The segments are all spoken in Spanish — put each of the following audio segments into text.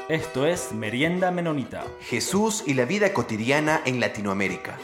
Esto es Merienda Menonita. Jesús y la vida cotidiana en Latinoamérica.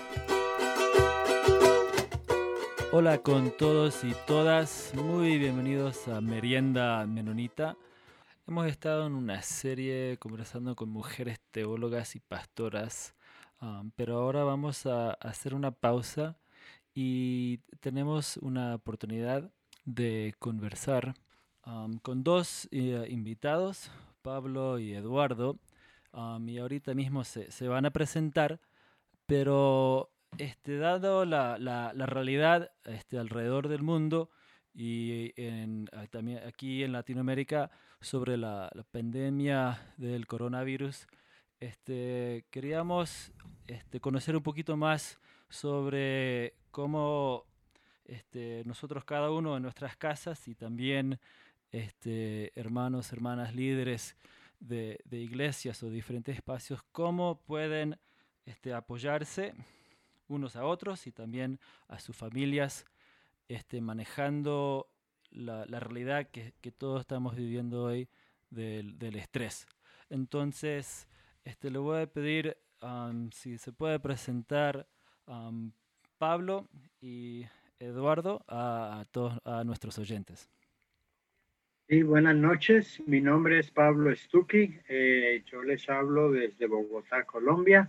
Hola con todos y todas, muy bienvenidos a Merienda Menonita. Hemos estado en una serie conversando con mujeres teólogas y pastoras, pero ahora vamos a hacer una pausa y tenemos una oportunidad de conversar con dos invitados, Pablo y Eduardo, y ahorita mismo se van a presentar, pero dado la realidad alrededor del mundo y también aquí en Latinoamérica sobre la pandemia del coronavirus, queríamos conocer un poquito más sobre cómo nosotros cada uno en nuestras casas y también hermanos, hermanas, líderes de iglesias o diferentes espacios, cómo pueden apoyarse unos a otros y también a sus familias, manejando la realidad que todos estamos viviendo hoy del estrés. Entonces, le voy a pedir si se puede presentar Pablo y Eduardo a todos a nuestros oyentes. Sí, buenas noches. Mi nombre es Pablo Stucchi. Yo les hablo desde Bogotá, Colombia.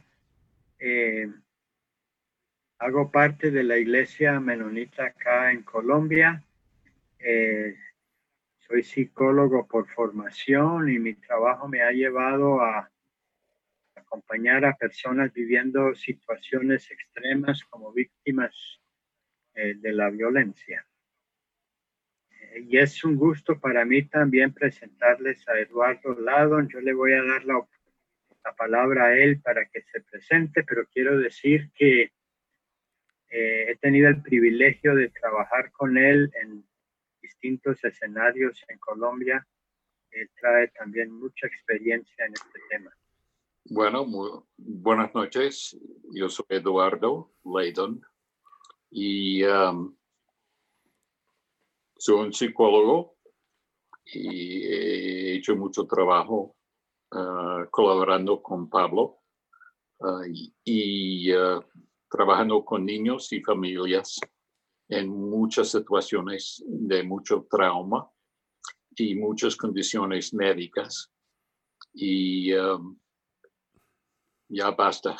Hago parte de la iglesia menonita acá en Colombia. Soy psicólogo por formación y mi trabajo me ha llevado a acompañar a personas viviendo situaciones extremas como víctimas de la violencia. Y es un gusto para mí también presentarles a Eduardo Ladon. Yo le voy a dar la palabra a él para que se presente, pero quiero decir que he tenido el privilegio de trabajar con él en distintos escenarios en Colombia. Él trae también mucha experiencia en este tema. Bueno, buenas noches. Yo soy Eduardo Ladon y soy un psicólogo y he hecho mucho trabajo colaborando con Pablo y trabajando con niños y familias en muchas situaciones de mucho trauma y muchas condiciones médicas. Y ya basta.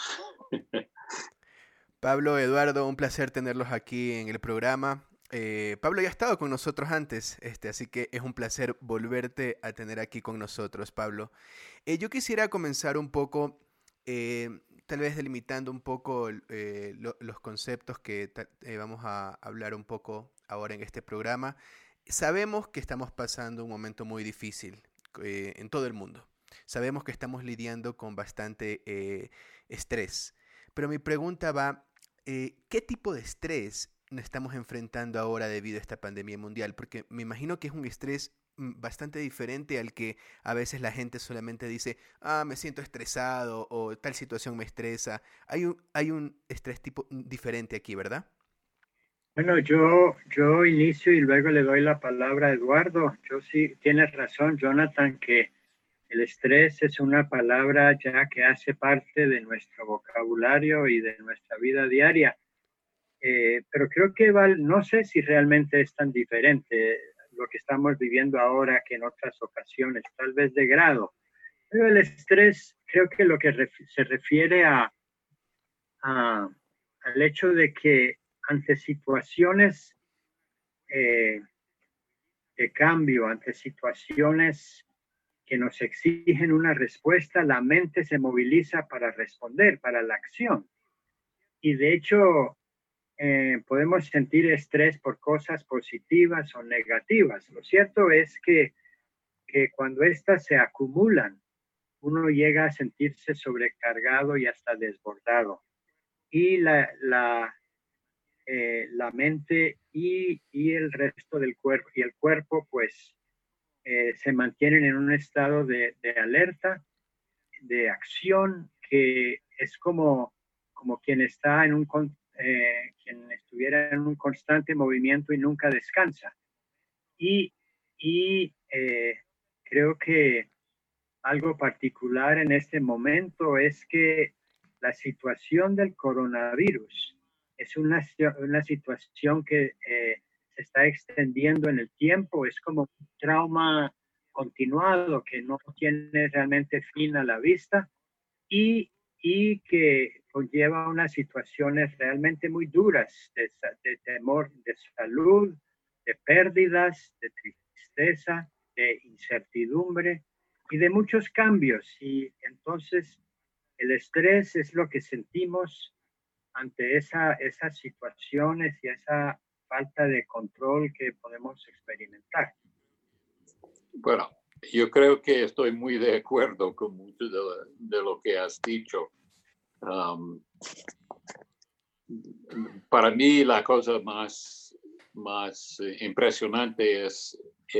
Pablo, Eduardo, un placer tenerlos aquí en el programa. Pablo ya ha estado con nosotros antes, así que es un placer volverte a tener aquí con nosotros, Pablo. Yo quisiera comenzar un poco, tal vez delimitando un poco los conceptos que vamos a hablar un poco ahora en este programa. Sabemos que estamos pasando un momento muy difícil en todo el mundo. Sabemos que estamos lidiando con bastante estrés. Pero mi pregunta va, ¿qué tipo de estrés nos estamos enfrentando ahora debido a esta pandemia mundial? Porque me imagino que es un estrés bastante diferente al que a veces la gente solamente dice, me siento estresado o tal situación me estresa. Hay un estrés tipo diferente aquí, ¿verdad? Bueno, yo inicio y luego le doy la palabra a Eduardo. Yo sí, tienes razón, Jonathan, que el estrés es una palabra ya que hace parte de nuestro vocabulario y de nuestra vida diaria. Pero creo que no sé si realmente es tan diferente lo que estamos viviendo ahora que en otras ocasiones, tal vez de grado. Pero el estrés creo que lo que se refiere al hecho de que ante situaciones eh, de cambio, ante situaciones que nos exigen una respuesta, la mente se moviliza para responder, para la acción. Y de hecho, podemos sentir estrés por cosas positivas o negativas. Lo cierto es que cuando éstas se acumulan, uno llega a sentirse sobrecargado y hasta desbordado. Y la mente y el resto del cuerpo, y el cuerpo, pues, se mantienen en un estado de alerta, de acción, que es como quien está quien estuviera en un constante movimiento y nunca descansa. Y creo que algo particular en este momento es que la situación del coronavirus es una situación que se está extendiendo en el tiempo, es como un trauma continuado que no tiene realmente fin a la vista y que conlleva unas situaciones realmente muy duras de temor, de salud, de pérdidas, de tristeza, de incertidumbre y de muchos cambios. Y entonces el estrés es lo que sentimos ante esas situaciones y esa falta de control que podemos experimentar. Bueno, yo creo que estoy muy de acuerdo con mucho de lo que has dicho. Para mí la cosa más impresionante es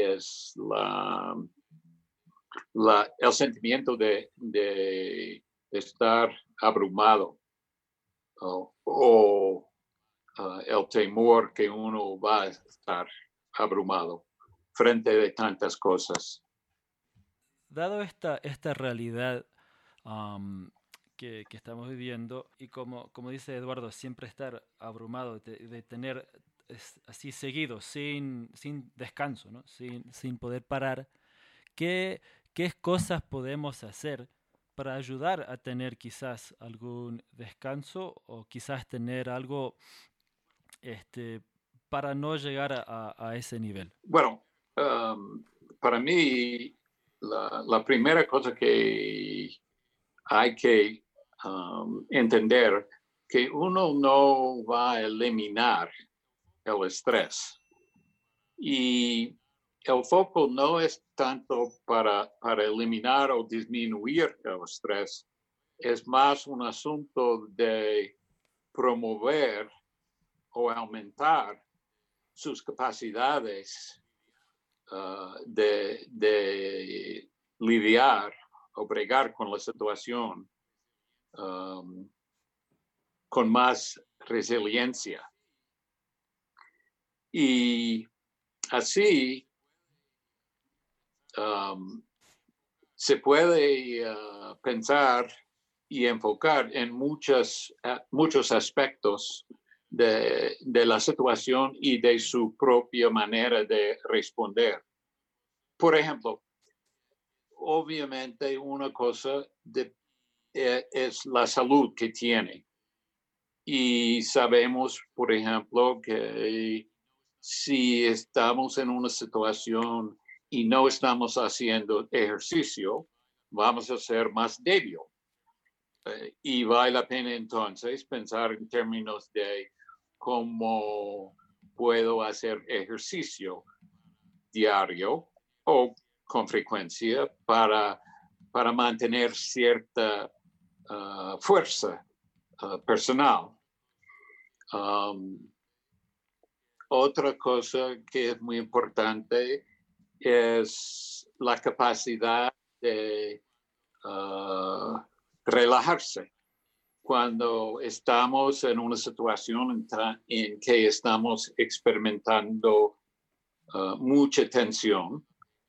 el sentimiento de estar abrumado o el temor que uno va a estar abrumado frente de tantas cosas. Dado esta realidad que estamos viviendo y como dice Eduardo, siempre estar abrumado, de tener así seguido, sin descanso, ¿no? sin poder parar, ¿qué cosas podemos hacer para ayudar a tener quizás algún descanso o quizás tener algo para no llegar a ese nivel? Bueno, para mí la primera cosa que hay que entender que uno no va a eliminar el estrés y el foco no es tanto para eliminar o disminuir el estrés, es más un asunto de promover o aumentar sus capacidades de lidiar o bregar con la situación con más resiliencia. Y así se puede pensar y enfocar en muchos aspectos de la situación y de su propia manera de responder. Por ejemplo, obviamente una cosa es la salud que tiene. Y sabemos, por ejemplo, que si estamos en una situación y no estamos haciendo ejercicio, vamos a ser más débil. Y vale la pena entonces pensar en términos de cómo puedo hacer ejercicio diario o con frecuencia para mantener cierta fuerza personal. Otra cosa que es muy importante es la capacidad de relajarse cuando estamos en una situación en que estamos experimentando mucha tensión.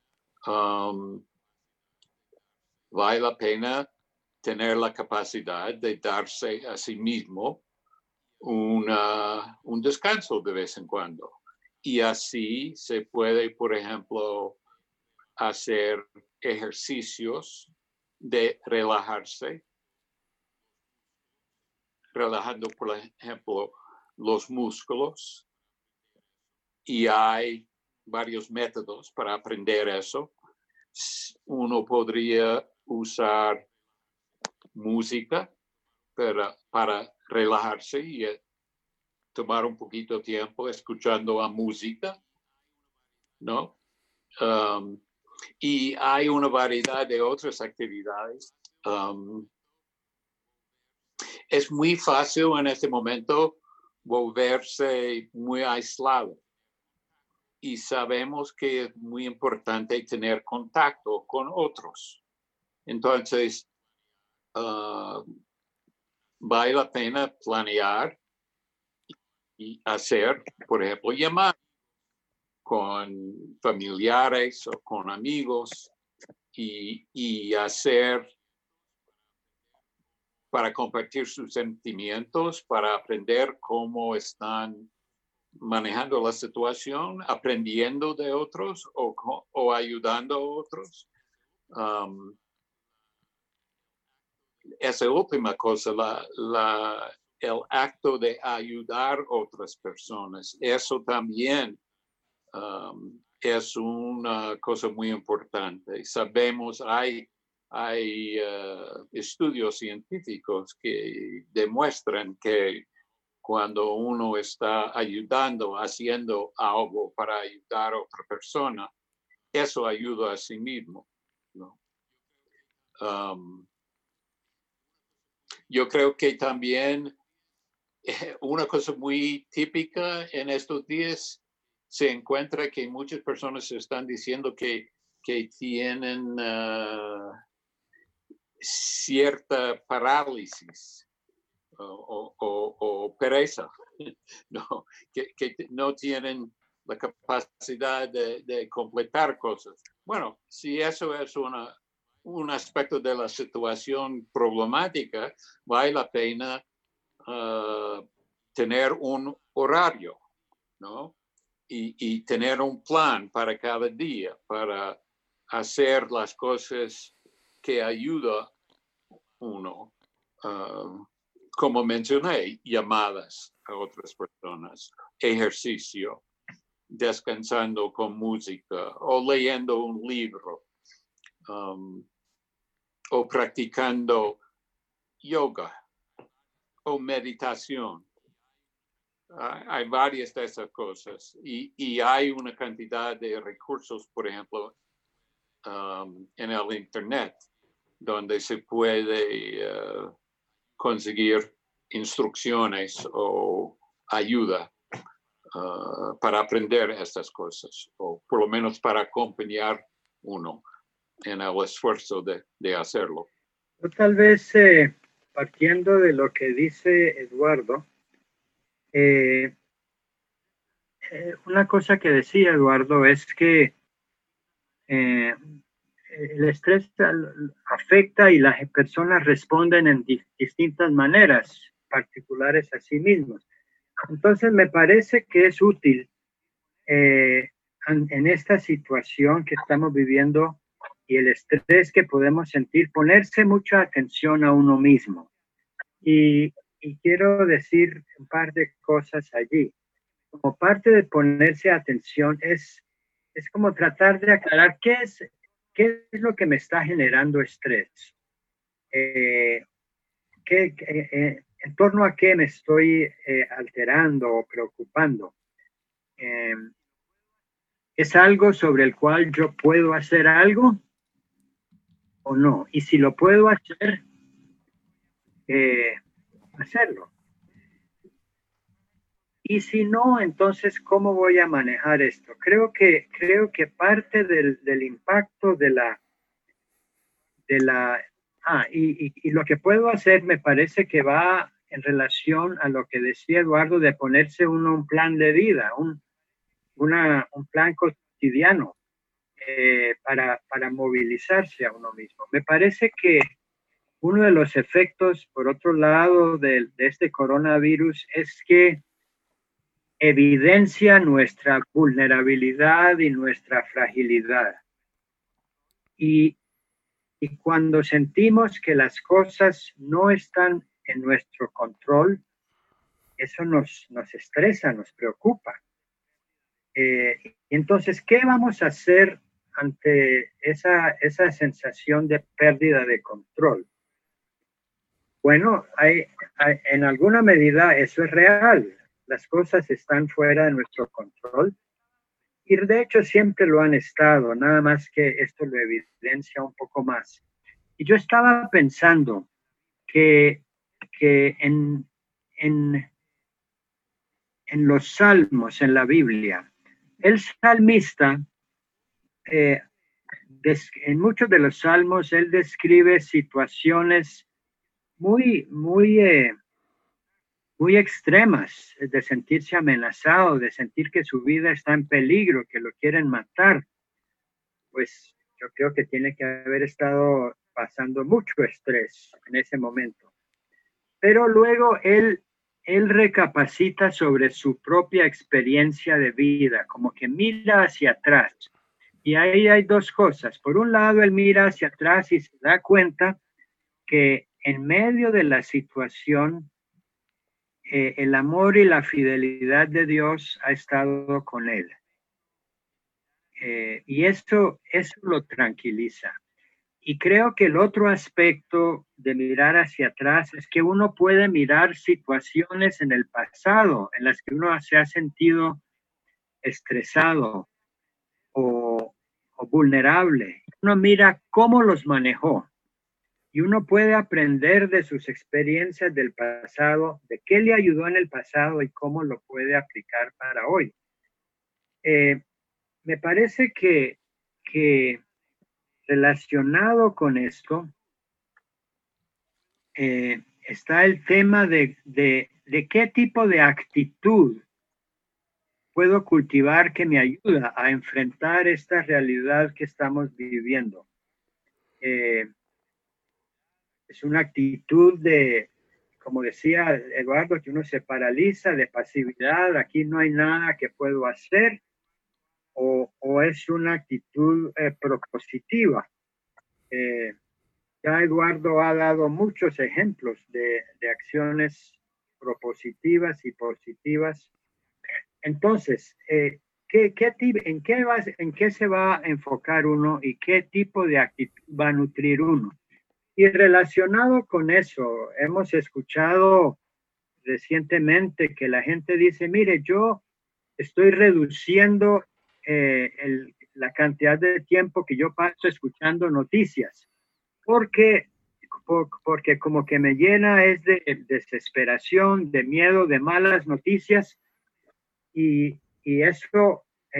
Vale la pena tener la capacidad de darse a sí mismo un descanso de vez en cuando. Y así se puede, por ejemplo, hacer ejercicios de relajarse, relajando, por ejemplo, los músculos. Y hay varios métodos para aprender eso. Uno podría usar música para relajarse y tomar un poquito de tiempo escuchando a música, ¿no? Y hay una variedad de otras actividades. Es muy fácil en este momento volverse muy aislado. Y sabemos que es muy importante tener contacto con otros. Entonces, vale la pena planear y hacer, por ejemplo, llamar con familiares o con amigos y hacer para compartir sus sentimientos, para aprender cómo están manejando la situación, aprendiendo de otros o ayudando a otros. Esa última cosa, el acto de ayudar a otras personas, eso también es una cosa muy importante. Sabemos, hay estudios científicos que demuestran que cuando uno está ayudando, haciendo algo para ayudar a otra persona, eso ayuda a sí mismo, ¿no? Yo creo que también una cosa muy típica en estos días se encuentra que muchas personas están diciendo que tienen cierta parálisis o pereza, ¿no? Que no tienen la capacidad de completar cosas. Bueno, si eso es un aspecto de la situación problemática, vale la pena tener un horario, ¿no? Y tener un plan para cada día, para hacer las cosas que ayuda uno. Como mencioné, llamadas a otras personas, ejercicio, descansando con música o leyendo un libro o practicando yoga o meditación. Hay varias de esas cosas y hay una cantidad de recursos, por ejemplo, en el Internet, donde se puede conseguir instrucciones o ayuda para aprender estas cosas, o por lo menos para acompañar uno en el esfuerzo de hacerlo. Yo tal vez partiendo de lo que dice Eduardo, una cosa que decía Eduardo es que el estrés afecta y las personas responden en distintas maneras particulares a sí mismos. Entonces me parece que es útil en esta situación que estamos viviendo y el estrés que podemos sentir, ponerse mucha atención a uno mismo. Y quiero decir un par de cosas allí. Como parte de ponerse atención es como tratar de aclarar qué es lo que me está generando estrés. En torno a qué me estoy alterando o preocupando. ¿Es algo sobre el cual yo puedo hacer algo o no? Y si lo puedo hacer, hacerlo. Y si no, entonces, ¿cómo voy a manejar esto? Creo que parte del impacto y lo que puedo hacer me parece que va en relación a lo que decía Eduardo de ponerse uno un plan de vida, un plan cotidiano para movilizarse a uno mismo. Me parece que uno de los efectos, por otro lado, de este coronavirus es que evidencia nuestra vulnerabilidad y nuestra fragilidad. Y cuando sentimos que las cosas no están en nuestro control, eso nos estresa, nos preocupa. Entonces, ¿qué vamos a hacer ante esa sensación de pérdida de control? Bueno, en alguna medida eso es real. Las cosas están fuera de nuestro control y de hecho siempre lo han estado, nada más que esto lo evidencia un poco más. Y yo estaba pensando que en los salmos, en la Biblia, el salmista, en muchos de los salmos, él describe situaciones muy extremas, de sentirse amenazado, de sentir que su vida está en peligro, que lo quieren matar. Pues Yo creo que tiene que haber estado pasando mucho estrés en ese momento. Pero luego él recapacita sobre su propia experiencia de vida, como que mira hacia atrás. Y ahí hay dos cosas. Por un lado, él mira hacia atrás y se da cuenta que en medio de la situación, el amor y la fidelidad de Dios ha estado con él. Y eso lo tranquiliza. Y creo que el otro aspecto de mirar hacia atrás es que uno puede mirar situaciones en el pasado en las que uno se ha sentido estresado o vulnerable. Uno mira cómo los manejó y uno puede aprender de sus experiencias del pasado, de qué le ayudó en el pasado y cómo lo puede aplicar para hoy. Me parece que relacionado con esto, está el tema de qué tipo de actitud puedo cultivar que me ayuda a enfrentar esta realidad que estamos viviendo. Es una actitud de, como decía Eduardo, que uno se paraliza, de pasividad, aquí no hay nada que puedo hacer, o es una actitud propositiva. Ya Eduardo ha dado muchos ejemplos de acciones propositivas y positivas. Entonces, ¿en qué se va a enfocar uno y qué tipo de actitud va a nutrir uno? Y relacionado con eso, hemos escuchado recientemente que la gente dice, mire, yo estoy reduciendo la cantidad de tiempo que yo paso escuchando noticias, porque como que me llena es de desesperación, de miedo, de malas noticias, y eso,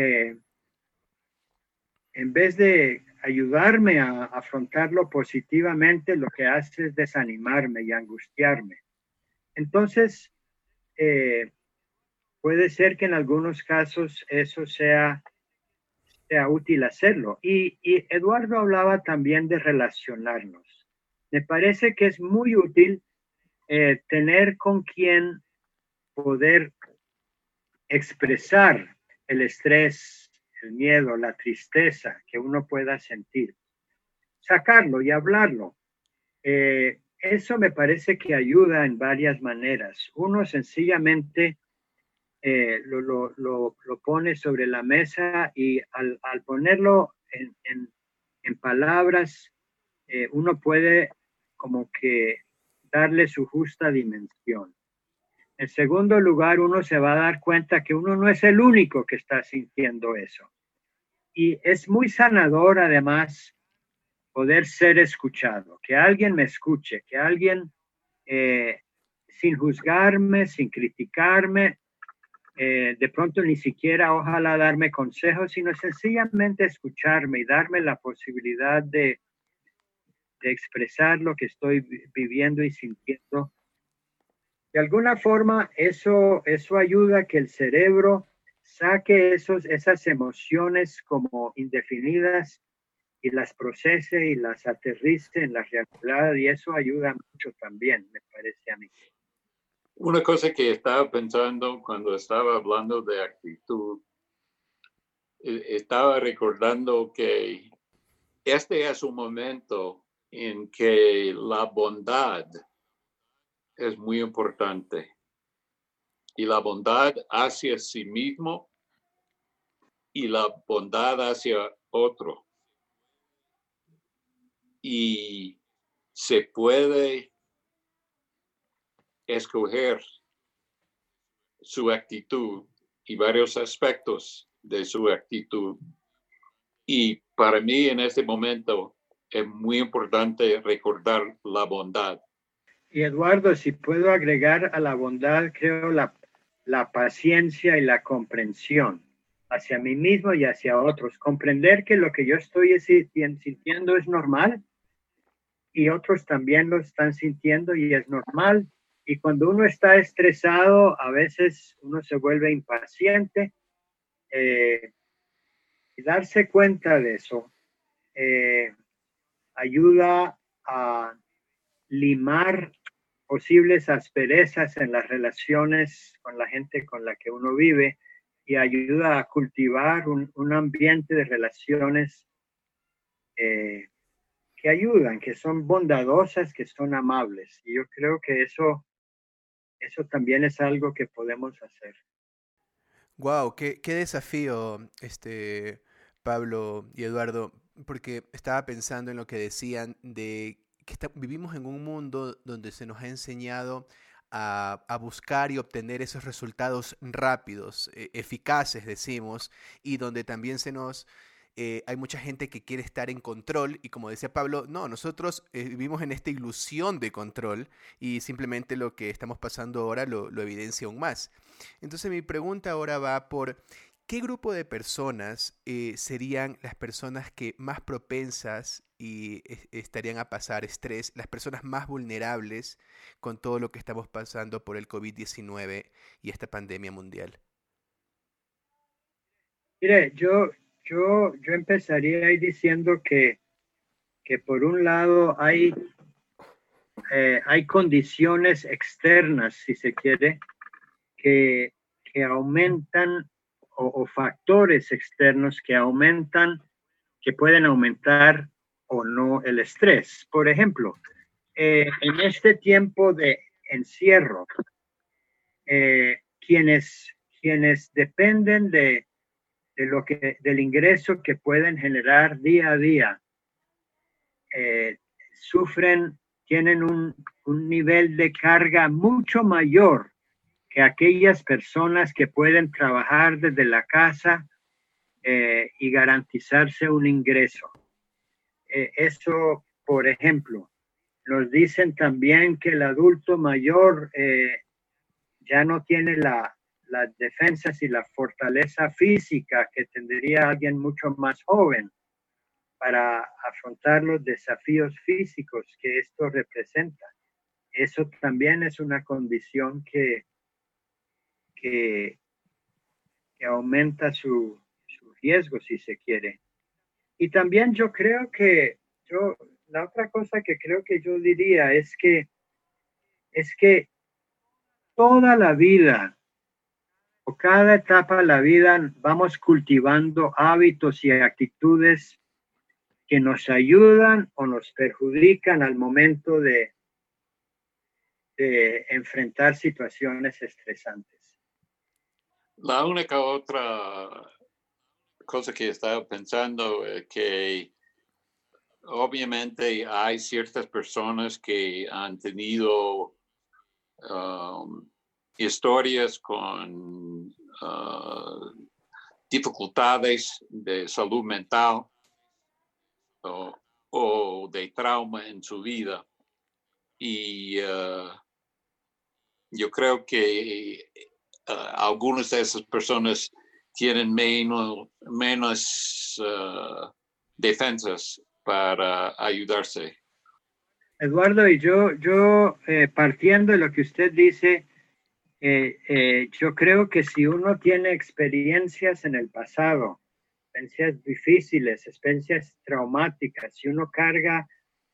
en vez de ayudarme a afrontarlo positivamente, lo que hace es desanimarme y angustiarme. Entonces, puede ser que en algunos casos eso sea útil hacerlo. Y Eduardo hablaba también de relacionarnos. Me parece que es muy útil tener con quien poder expresar el estrés, el miedo, la tristeza que uno pueda sentir. Sacarlo y hablarlo. Eso me parece que ayuda en varias maneras. Uno sencillamente lo pone sobre la mesa y al ponerlo en palabras, uno puede como que darle su justa dimensión. En segundo lugar, uno se va a dar cuenta que uno no es el único que está sintiendo eso. Y es muy sanador, además, poder ser escuchado, que alguien me escuche, que alguien, sin juzgarme, sin criticarme, de pronto ni siquiera ojalá darme consejos, sino sencillamente escucharme y darme la posibilidad de expresar lo que estoy viviendo y sintiendo. De alguna forma, eso ayuda a que el cerebro saque esas emociones como indefinidas y las procese y las aterrice en la realidad, y eso ayuda mucho también, me parece a mí. Una cosa que estaba pensando cuando estaba hablando de actitud, estaba recordando que este es un momento en que la bondad es muy importante. Y la bondad hacia sí mismo y la bondad hacia otro. Y se puede escoger su actitud y varios aspectos de su actitud. Y para mí en este momento es muy importante recordar la bondad. Y Eduardo, si puedo agregar a la bondad, creo la paciencia y la comprensión hacia mí mismo y hacia otros. Comprender que lo que yo estoy sintiendo es normal y otros también lo están sintiendo y es normal. Y cuando uno está estresado, a veces uno se vuelve impaciente, y darse cuenta de eso ayuda a limar posibles asperezas en las relaciones con la gente con la que uno vive y ayuda a cultivar un ambiente de relaciones que ayudan, que son bondadosas, que son amables. Y yo creo que eso también es algo que podemos hacer. Wow, qué desafío, Pablo y Eduardo, porque estaba pensando en lo que decían de que vivimos en un mundo donde se nos ha enseñado a buscar y obtener esos resultados rápidos, eficaces, decimos, y donde también hay mucha gente que quiere estar en control y como decía Pablo, no, nosotros vivimos en esta ilusión de control y simplemente lo que estamos pasando ahora lo evidencia aún más. Entonces mi pregunta ahora va por ¿qué grupo de personas serían las personas que más propensas y estarían a pasar estrés, las personas más vulnerables con todo lo que estamos pasando por el COVID-19 y esta pandemia mundial? Mire, yo empezaría ahí diciendo que por un lado hay condiciones externas, si se quiere, que aumentan o factores externos que aumentan, que pueden aumentar o no el estrés. Por ejemplo, en este tiempo de encierro, quienes dependen del ingreso que pueden generar día a día, tienen un nivel de carga mucho mayor que aquellas personas que pueden trabajar desde la casa y garantizarse un ingreso. Eso, por ejemplo, nos dicen también que el adulto mayor ya no tiene las defensas y la fortaleza física que tendría alguien mucho más joven para afrontar los desafíos físicos que esto representa. Eso también es una condición que aumenta su riesgo, si se quiere. Y también yo creo que la otra cosa que creo que yo diría es que toda la vida o cada etapa de la vida vamos cultivando hábitos y actitudes que nos ayudan o nos perjudican al momento de enfrentar situaciones estresantes. La única otra cosa que estaba pensando es que obviamente hay ciertas personas que han tenido historias con dificultades de salud mental o de trauma en su vida. Y yo creo que algunas de esas personas tienen menos defensas para ayudarse. Eduardo, y yo partiendo de lo que usted dice, yo creo que si uno tiene experiencias en el pasado, experiencias difíciles, experiencias traumáticas, si uno carga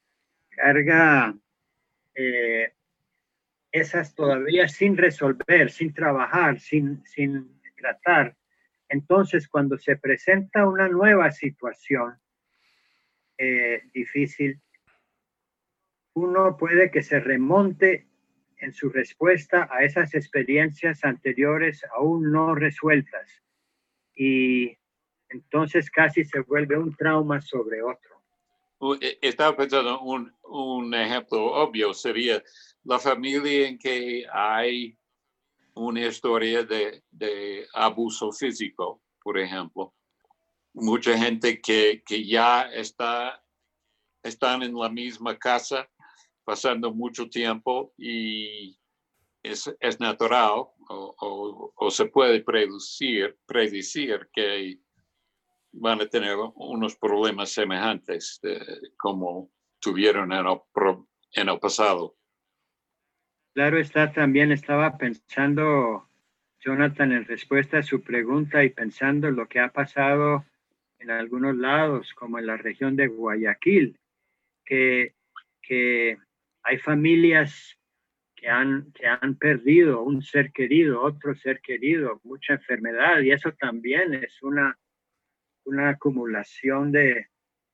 esas todavía sin resolver, sin trabajar, sin tratar, entonces cuando se presenta una nueva situación difícil, uno puede que se remonte en su respuesta a esas experiencias anteriores aún no resueltas y entonces casi se vuelve un trauma sobre otro. Estaba pensando un ejemplo obvio sería la familia en que hay una historia de abuso físico, por ejemplo. Mucha gente que ya están en la misma casa pasando mucho tiempo y es natural o se puede predecir que van a tener unos problemas semejantes como tuvieron en el pasado. Claro está, también estaba pensando, Jonathan, en respuesta a su pregunta y pensando lo que ha pasado en algunos lados, como en la región de Guayaquil, que hay familias que han perdido un ser querido, otro ser querido, mucha enfermedad, y eso también es una acumulación de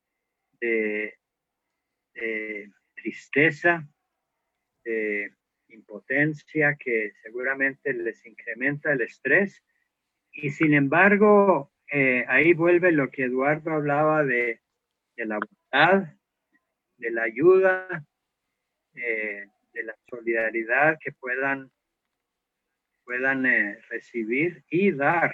tristeza, de impotencia que seguramente les incrementa el estrés. Y sin embargo, ahí vuelve lo que Eduardo hablaba de la bondad, de la ayuda, de la solidaridad que puedan recibir y dar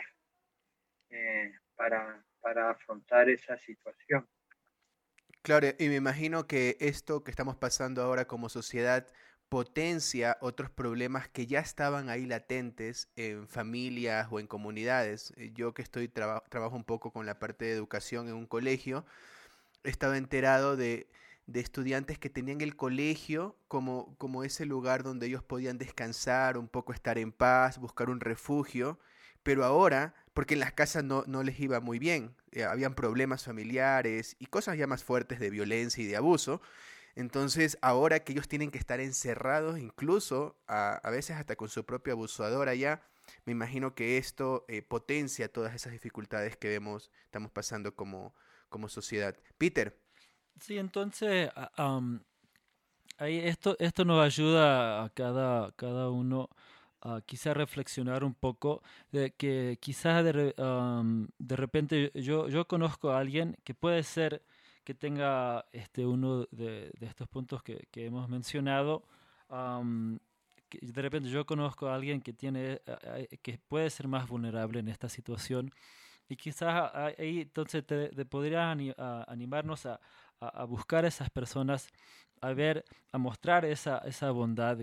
para afrontar esa situación. Claro, y me imagino que esto que estamos pasando ahora como sociedad potencia otros problemas que ya estaban ahí latentes en familias o en comunidades. Yo que trabajo un poco con la parte de educación en un colegio, estaba enterado de estudiantes que tenían el colegio como ese lugar donde ellos podían descansar, un poco estar en paz, buscar un refugio, pero ahora, porque en las casas no les iba muy bien, habían problemas familiares y cosas ya más fuertes de violencia y de abuso, entonces ahora que ellos tienen que estar encerrados, incluso a veces hasta con su propio abusador allá, me imagino que esto potencia todas esas dificultades que estamos pasando como sociedad. Peter. Sí, entonces ahí esto nos ayuda a cada uno a quizás reflexionar un poco de que quizás de repente yo conozco a alguien que puede ser que tenga uno de estos puntos que hemos mencionado. Que de repente yo conozco a alguien que que puede ser más vulnerable en esta situación y quizás ahí entonces te podría animarnos a buscar a esas personas, a ver, a mostrar esa bondad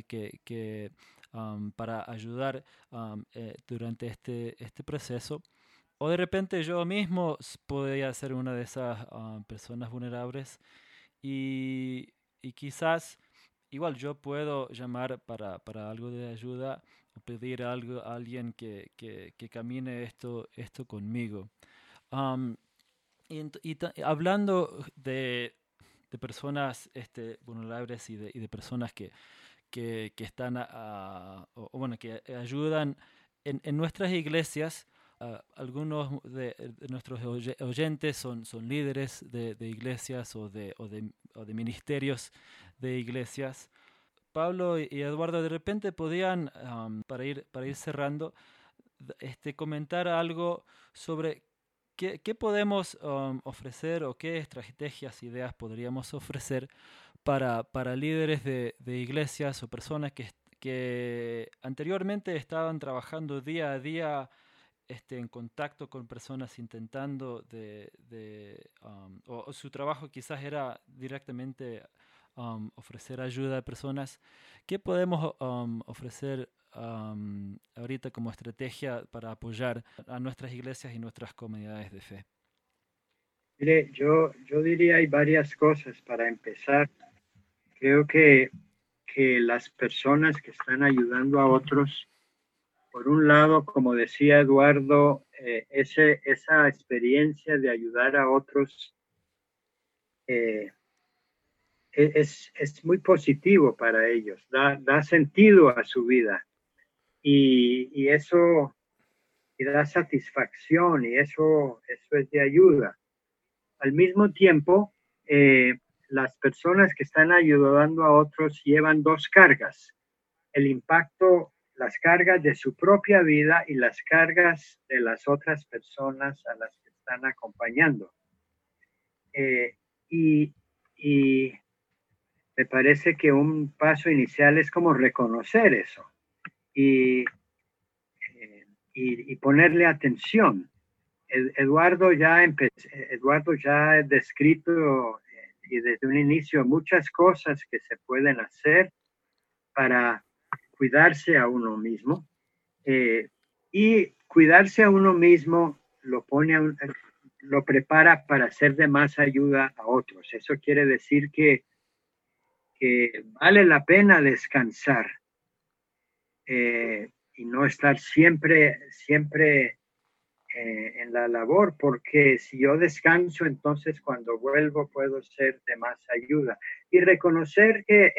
para ayudar durante este proceso. O de repente yo mismo podría ser una de esas personas vulnerables y quizás igual yo puedo llamar para algo de ayuda o pedir algo a alguien que camine esto conmigo. Am, Hablando de personas vulnerables y de personas que están o bueno, que ayudan en nuestras iglesias. Algunos de nuestros oyentes son líderes de iglesias o de ministerios de iglesias. Pablo y Eduardo, de repente podían, para ir cerrando, comentar algo sobre qué podemos ofrecer o qué estrategias, ideas podríamos ofrecer para líderes de iglesias o personas que anteriormente estaban trabajando día a día en contacto con personas intentando o su trabajo quizás era directamente ofrecer ayuda a personas. ¿Qué podemos ofrecer ahorita como estrategia para apoyar a nuestras iglesias y nuestras comunidades de fe? Mire, yo diría hay varias cosas para empezar. Creo que las personas que están ayudando a otros, por un lado, como decía Eduardo, esa experiencia de ayudar a otros eh, es muy positivo para ellos, da sentido a su vida y eso y da satisfacción y eso es de ayuda. Al mismo tiempo, las personas que están ayudando a otros llevan dos cargas, el impacto, las cargas de su propia vida y las cargas de las otras personas a las que están acompañando. Y, y me parece que un paso inicial es como reconocer eso y, y ponerle atención. Eduardo ya ha descrito y desde un inicio muchas cosas que se pueden hacer para cuidarse a uno mismo y cuidarse a uno mismo lo prepara para ser de más ayuda a otros. Eso quiere decir que vale la pena descansar y no estar siempre en la labor, porque si yo descanso, entonces cuando vuelvo puedo ser de más ayuda. Y reconocer que,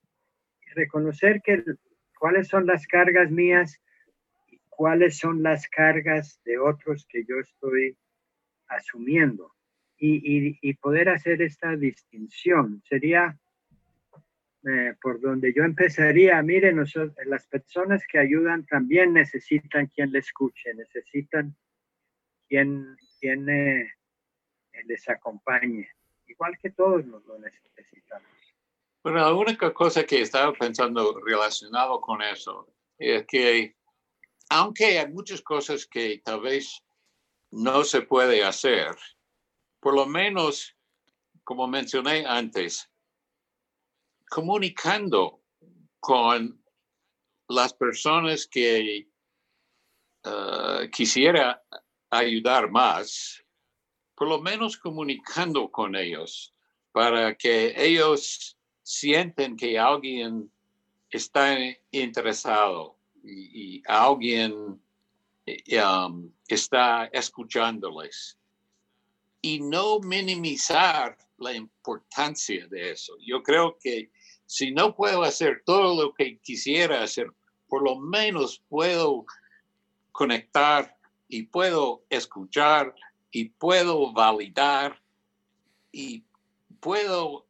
cuáles son las cargas mías y cuáles son las cargas de otros que yo estoy asumiendo. Y poder hacer esta distinción sería por donde yo empezaría. Miren, las personas que ayudan también necesitan quien les escuche, necesitan quien les acompañe, igual que todos nos lo necesitamos. Bueno, la única cosa que estaba pensando relacionado con eso es que aunque hay muchas cosas que tal vez no se puede hacer, por lo menos, como mencioné antes, comunicando con las personas que quisiera ayudar más, por lo menos comunicando con ellos para que ellos sienten que alguien está interesado y alguien está escuchándoles. Y no minimizar la importancia de eso. Yo creo que si no puedo hacer todo lo que quisiera hacer, por lo menos puedo conectar y puedo escuchar y puedo validar y puedo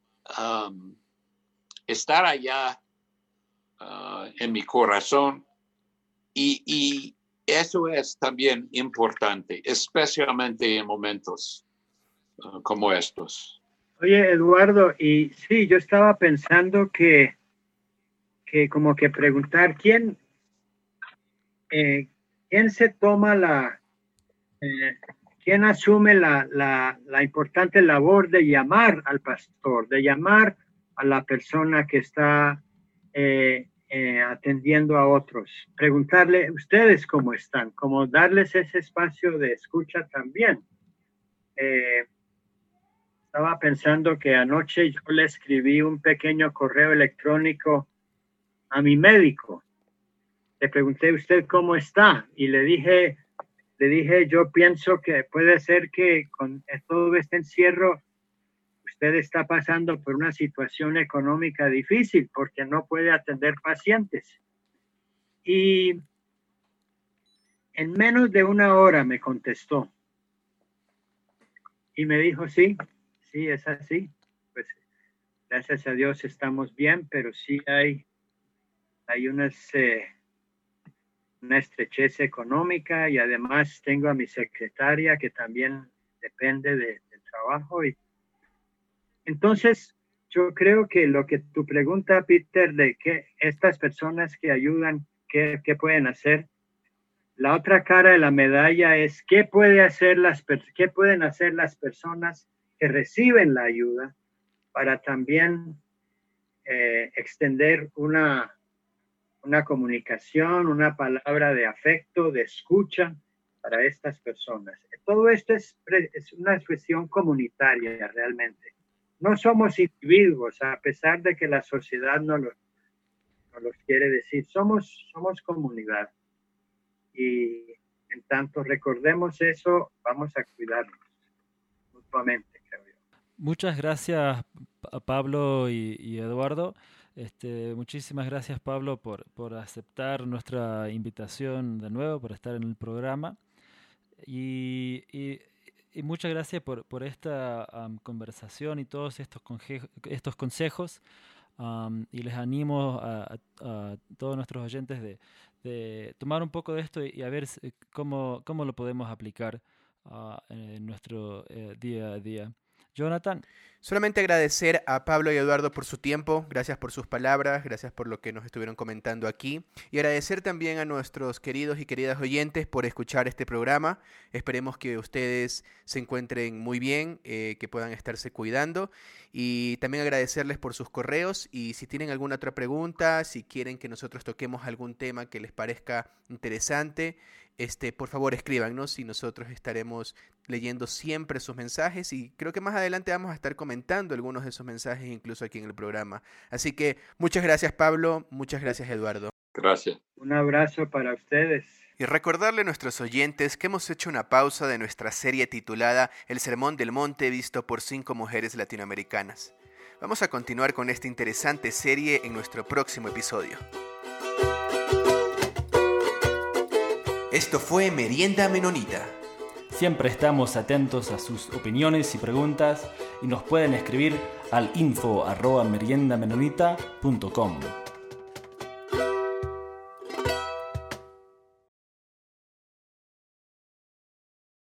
estar allá en mi corazón y eso es también importante, especialmente en momentos como estos. Oye, Eduardo, y sí, yo estaba pensando que como que preguntar quién se toma quién asume la importante labor de llamar al pastor, de llamar a la persona que está atendiendo a otros, preguntarle ustedes cómo están, como darles ese espacio de escucha también. Estaba pensando que anoche yo le escribí un pequeño correo electrónico a mi médico. Le pregunté, ¿usted cómo está? Y le dije, yo pienso que puede ser que con todo este encierro usted está pasando por una situación económica difícil porque no puede atender pacientes. Y en menos de una hora me contestó y me dijo, sí, es así. Pues gracias a Dios estamos bien, pero sí hay una estrechez económica y además tengo a mi secretaria que también depende del trabajo. Y entonces yo creo que lo que tu pregunta, Peter, de que estas personas que ayudan, ¿qué pueden hacer? La otra cara de la medalla es ¿qué pueden hacer las personas que reciben la ayuda para también extender una comunicación, una palabra de afecto, de escucha para estas personas? Todo esto es una expresión comunitaria realmente. No somos individuos, a pesar de que la sociedad no los quiere decir. Somos comunidad. Y en tanto recordemos eso, vamos a cuidarnos mutuamente, creo yo. Muchas gracias a Pablo y Eduardo. Muchísimas gracias, Pablo, por aceptar nuestra invitación de nuevo, por estar en el programa. Y muchas gracias por esta conversación y todos estos consejos. Y les animo a todos nuestros oyentes de tomar un poco de esto y a ver cómo lo podemos aplicar en nuestro día a día. Jonathan. Solamente agradecer a Pablo y Eduardo por su tiempo, gracias por sus palabras, gracias por lo que nos estuvieron comentando aquí y agradecer también a nuestros queridos y queridas oyentes por escuchar este programa. Esperemos que ustedes se encuentren muy bien, que puedan estarse cuidando y también agradecerles por sus correos y si tienen alguna otra pregunta, si quieren que nosotros toquemos algún tema que les parezca interesante, por favor escríbanos y nosotros estaremos leyendo siempre sus mensajes y creo que más adelante vamos a estar comentando algunos de esos mensajes incluso aquí en el programa. Así que muchas gracias Pablo, muchas gracias Eduardo. Gracias. Un abrazo para ustedes. Y recordarle a nuestros oyentes que hemos hecho una pausa de nuestra serie titulada El Sermón del Monte visto por 5 mujeres latinoamericanas. Vamos a continuar con esta interesante serie en nuestro próximo episodio. Esto fue Merienda Menonita. Siempre estamos atentos a sus opiniones y preguntas y nos pueden escribir al info@meriendamenonita.com.